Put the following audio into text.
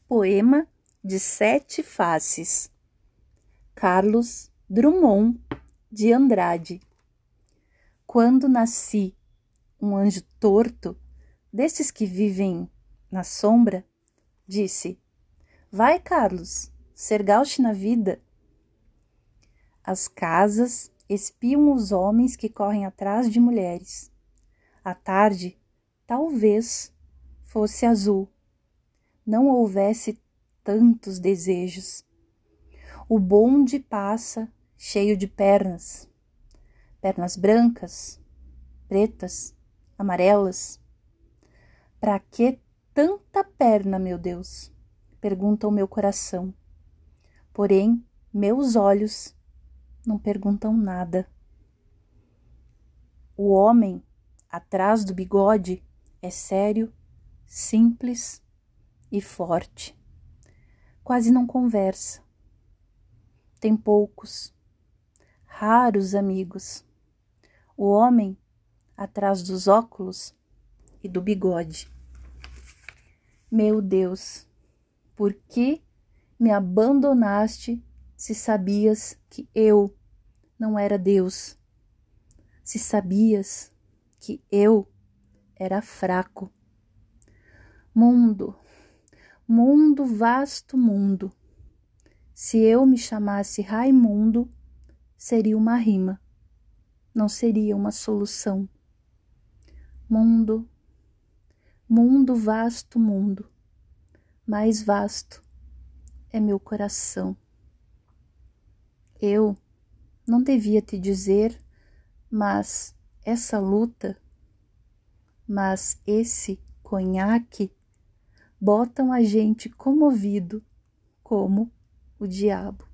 Poema de Sete Faces. Carlos Drummond de Andrade. Quando nasci, um anjo torto, desses que vivem na sombra, disse: vai, Carlos, ser gauche na vida. As casas espiam os homens que correm atrás de mulheres. A tarde, talvez, fosse azul. Não houvesse tantos desejos. O bonde passa cheio de pernas. Pernas brancas, pretas, amarelas. Para que tanta perna, meu Deus? Pergunta o meu coração. Porém, meus olhos não perguntam nada. O homem, atrás do bigode, é sério, simples e forte. Quase não conversa. Tem poucos, raros amigos. O homem, atrás dos óculos e do bigode. Meu Deus, por que me abandonaste se sabias que eu não era Deus? Se sabias que eu era fraco? Mundo, mundo, vasto mundo. Se eu me chamasse Raimundo, seria uma rima, não seria uma solução. Mundo, mundo, vasto mundo, mais vasto é meu coração. Eu não devia te dizer, mas essa luta, mas esse conhaque botam a gente comovido como o diabo.